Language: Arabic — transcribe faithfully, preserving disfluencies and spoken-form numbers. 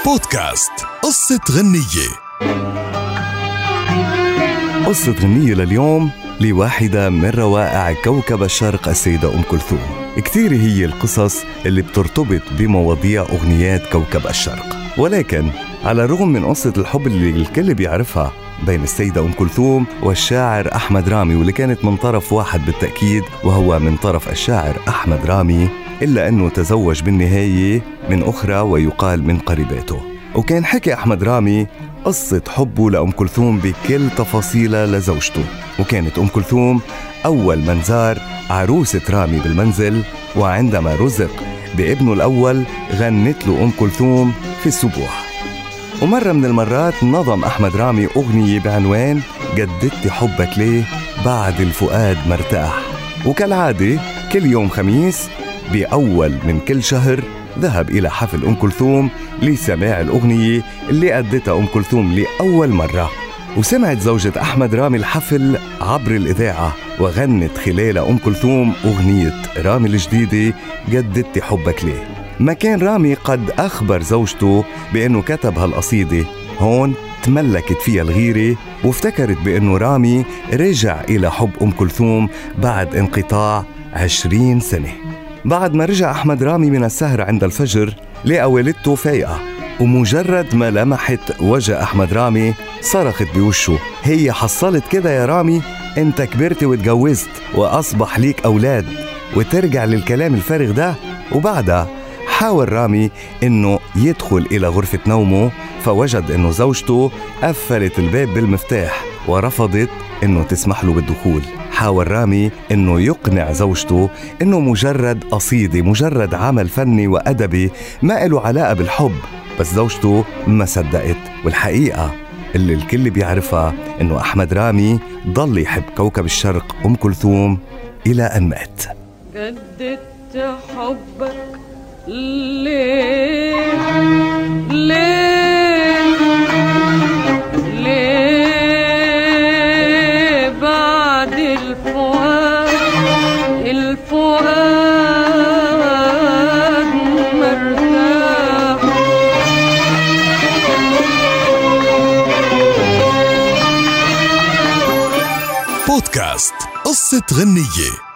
بودكاست قصة غنية. قصة غنية لليوم لواحدة من روائع كوكب الشرق السيدة أم كلثوم. كتير هي القصص اللي بترتبط بمواضيع أغنيات كوكب الشرق، ولكن على الرغم من قصة الحب اللي الكل بيعرفها بين السيدة أم كلثوم والشاعر أحمد رامي، واللي كانت من طرف واحد بالتأكيد وهو من طرف الشاعر أحمد رامي، إلا أنه تزوج بالنهاية من أخرى ويقال من قريباته. وكان حكي أحمد رامي قصة حبه لأم كلثوم بكل تفاصيلها لزوجته، وكانت أم كلثوم أول من زار عروسة رامي بالمنزل، وعندما رزق بابنه الأول غنت له أم كلثوم في السبوح. ومرة من المرات نظم أحمد رامي أغنية بعنوان جددت حبك ليه بعد الفؤاد مرتاح. وكالعادة كل يوم خميس بأول من كل شهر ذهب إلى حفل أم كلثوم لسماع الأغنية اللي أدتها أم كلثوم لأول مرة. وسمعت زوجة أحمد رامي الحفل عبر الإذاعة، وغنت خلال أم كلثوم أغنية رامي الجديدة جددت حبك ليه. ما كان رامي قد أخبر زوجته بأنه كتب هالقصيدة، هون تملكت فيها الغيرة وافتكرت بأنه رامي رجع إلى حب أم كلثوم بعد انقطاع عشرين سنة. بعد ما رجع أحمد رامي من السهر عند الفجر لقى والدته فايقة، ومجرد ما لمحت وجه أحمد رامي صرخت بوشه، هي حصلت كده يا رامي؟ انت كبرت واتجوزت وأصبح ليك أولاد وترجع للكلام الفارغ ده؟ وبعدها حاول رامي انه يدخل الى غرفة نومه، فوجد انه زوجته قفلت الباب بالمفتاح ورفضت انه تسمح له بالدخول. حاول رامي انه يقنع زوجته انه مجرد قصيدة، مجرد عمل فني وأدبي ما له علاقة بالحب، بس زوجته ما صدقت. والحقيقة اللي الكل بيعرفها انه احمد رامي ضل يحب كوكب الشرق ام كلثوم الى ان مات. جددت حبك ليه ليه ليه بعد الفؤاد الفؤاد مرتاح. بودكاست قصة غنية.